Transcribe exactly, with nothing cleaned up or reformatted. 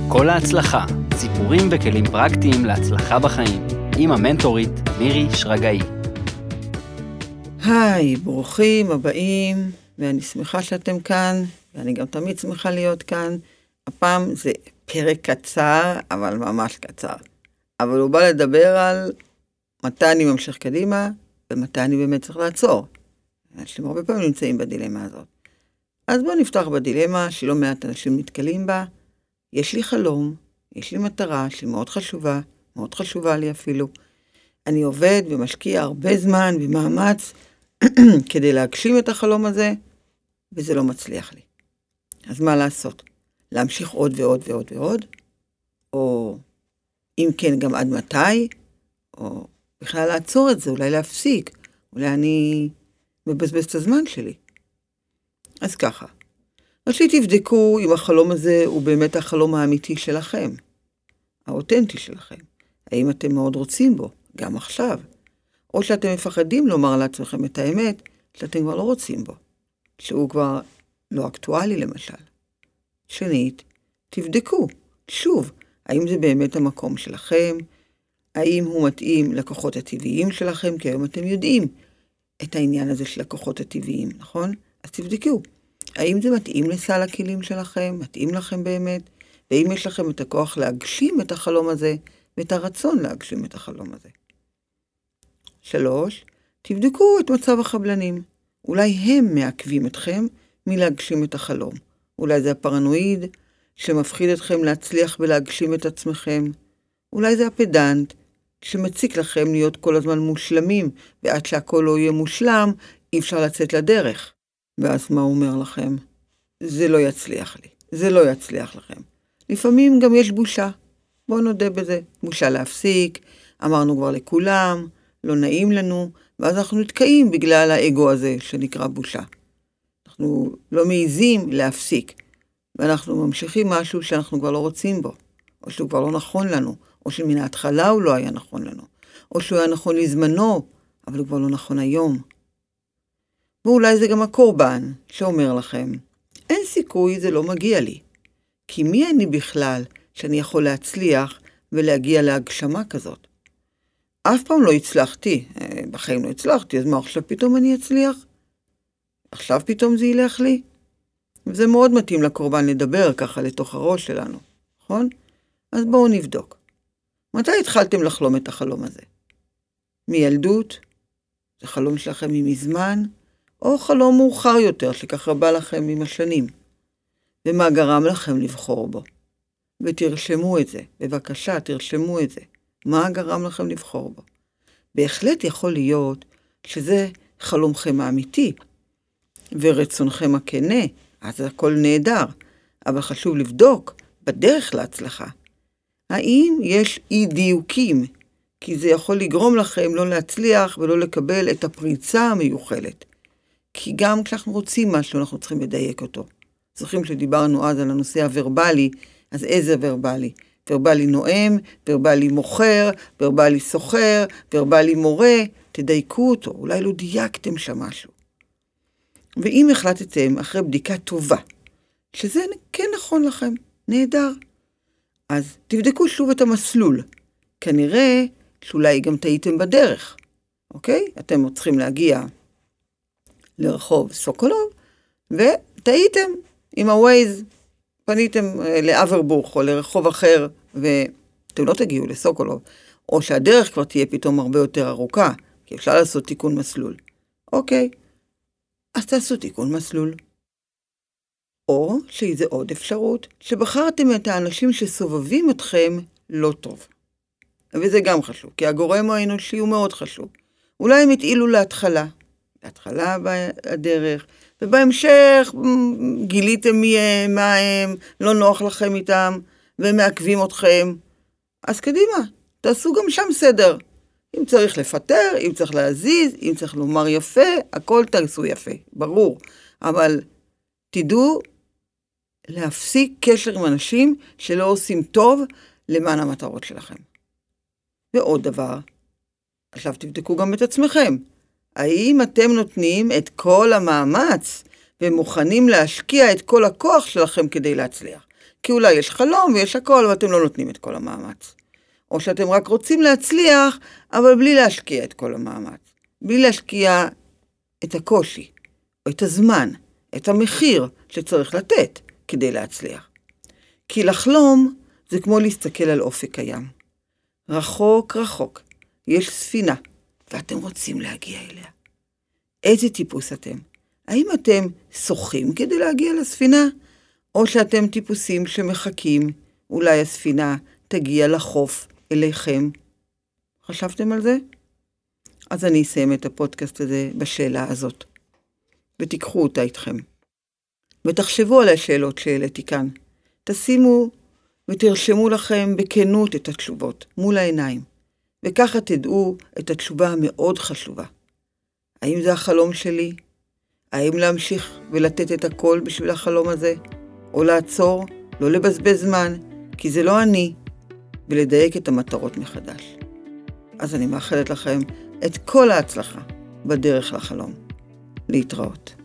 כל ההצלחה, סיפורים וכלים פרקטיים להצלחה בחיים, עם המנטורית מירי שרגאי. היי, ברוכים הבאים, ואני שמחה שאתם כאן, ואני גם תמיד שמחה להיות כאן. הפעם זה פרק קצר, אבל ממש קצר. אבל הוא בא לדבר על מתי אני ממשיך קדימה, ומתי אני באמת צריך לעצור. אנשים הרבה פעמים נמצאים בדילמה הזאת. אז בואו נפתח בדילמה שלא מעט אנשים נתקלים בה. יש לי חלום, יש לי מטרה שהיא מאוד חשובה, מאוד חשובה לי אפילו. אני עובד ומשקיע הרבה זמן ומאמץ כדי להגשים את החלום הזה, וזה לא מצליח לי. אז מה לעשות? להמשיך עוד ועוד ועוד ועוד? או אם כן גם עד מתי? או בכלל לעצור את זה, אולי להפסיק? אולי אני מבזבז את הזמן שלי? אז ככה. ראשית תבדקו אם החלום הזה הוא באמת החלום האמיתי שלכם, האותנטי שלכם. האם אתם מאוד רוצים בו, גם עכשיו? או שאתם מפחדים לומר לעצמכם את האמת, שאתם כבר לא רוצים בו, שהוא כבר לא אקטואלי למשל. שנית, תבדקו, שוב, האם זה באמת המקום שלכם, האם הוא מתאים לכוחות הטבעיים שלכם, כי היום אתם יודעים את העניין הזה של הכוחות הטבעיים, נכון? אז תבדקו. האם זה מתאים לסל הכלים שלכם, מתאים לכם באמת, ואם יש לכם את הכוח להגשים את החלום הזה, ואת הרצון להגשים את החלום הזה. שלוש, תבדקו את מצב החבלנים. אולי הם מעכבים אתכם מלהגשים את החלום. אולי זה הפרנואיד שמפחיד אתכם להצליח ולהגשים את עצמכם. אולי זה הפדנט שמציק לכם להיות כל הזמן מושלמים, ועד שהכל לא יהיה מושלם, אי אפשר לצאת לדרך. ואז מה הוא אומר לכם? זה לא יצליח לי, זה לא יצליח לכם. לפעמים גם יש בושה, בואו נודה בזה, בושה להפסיק, אמרנו כבר לכולם, לא נעים לנו, ואז אנחנו נתקעים בגלל האגו הזה שנקרא בושה. אנחנו לא מעיזים להפסיק, ואנחנו ממשיכים משהו שאנחנו כבר לא רוצים בו, או שהוא כבר לא נכון לנו, או שמן ההתחלה הוא לא היה נכון לנו, או שהוא היה נכון לזמנו, אבל הוא כבר לא נכון היום. ואולי זה גם הקורבן שאומר לכם, אין סיכוי, זה לא מגיע לי. כי מי אני בכלל שאני יכול להצליח ולהגיע להגשמה כזאת? אף פעם לא הצלחתי, בחיים לא הצלחתי, אז מה עכשיו פתאום אני אצליח? עכשיו פתאום זה ילך לי? וזה מאוד מתאים לקורבן לדבר ככה לתוך הראש שלנו, נכון? אז בואו נבדוק. מתי התחלתם לחלום את החלום הזה? מילדות? זה חלום שלכם ממזמן? או חלום מאוחר יותר שככה בא לכם עם השנים. ומה גרם לכם לבחור בו? ותרשמו את זה, בבקשה תרשמו את זה. מה גרם לכם לבחור בו? בהחלט יכול להיות שזה חלומכם האמיתי, ורצונכם הכנה, אז הכל נהדר, אבל חשוב לבדוק בדרך להצלחה. האם יש אי דיוקים? כי זה יכול לגרום לכם לא להצליח ולא לקבל את הפריצה המיוחלת. כי גם כשאנחנו רוצים משהו, אנחנו צריכים לדייק אותו. זוכרים שדיברנו אז על הנושא הוורבלי, אז איזה וורבלי? וורבלי נואם, וורבלי מוכר, וורבלי סוחר, וורבלי מורה, תדייקו אותו, אולי לא דייקתם שם משהו. ואם החלטתם אחרי בדיקה טובה, שזה כן נכון לכם, נהדר, אז תבדקו שוב את המסלול. כנראה שאולי גם טעיתם בדרך, אוקיי? אתם צריכים להגיע לרחוב סוקולוב, וטעיתם עם הווייז, פניתם לאברבוך או לרחוב אחר, ואתם לא תגיעו לסוקולוב, או שהדרך כבר תהיה פתאום הרבה יותר ארוכה, כי אפשר לעשות תיקון מסלול. אוקיי, אז תעשו תיקון מסלול. או שזה עוד אפשרות, שבחרתם את האנשים שסובבים אתכם לא טוב. וזה גם חשוב, כי הגורם האנושי הוא מאוד חשוב. אולי הם התעילו להתחלה, להתחלה בדרך, ובהמשך גיליתם מי הם, מה הם, לא נוח לכם איתם, והם מעכבים אתכם. אז קדימה, תעשו גם שם סדר. אם צריך לפטר, אם צריך להזיז, אם צריך לומר יפה, הכל תעשו יפה, ברור. אבל תדעו להפסיק קשר עם אנשים שלא עושים טוב למען המטרות שלכם. ועוד דבר, עכשיו תבדקו גם את עצמכם. האם אתם נותנים את כל המאמץ ומוכנים להשקיע את כל הכוח שלכם כדי להצליח? כי אולי יש חלום ויש הכל, ואתם לא נותנים את כל המאמץ. או שאתם רק רוצים להצליח, אבל בלי להשקיע את כל המאמץ. בלי להשקיע את הקושי, או את הזמן, את המחיר שצריך לתת כדי להצליח. כי לחלום זה כמו להסתכל על אופק הים. רחוק רחוק, יש ספינה, ואתם רוצים להגיע אליה. איזה טיפוס אתם? האם אתם שוחים כדי להגיע לספינה, או שאתם טיפוסים שמחכים, אולי הספינה תגיע לחוף אליכם? חשבתם על זה? אז אני אסיים את הפודקאסט הזה בשאלה הזאת, ותיקחו אותה איתכם. ותחשבו על השאלות שהעליתי כאן. תשימו ותרשמו לכם בכנות את התשובות מול העיניים, וככה תדעו את התשובה המאוד חשובה. האם זה החלום שלי? האם להמשיך ולתת את הכל בשביל החלום הזה? או לעצור, לא לבזבז זמן, כי זה לא אני, ולדייק את המטרות מחדש. אז אני מאחלת לכם את כל ההצלחה בדרך לחלום. להתראות.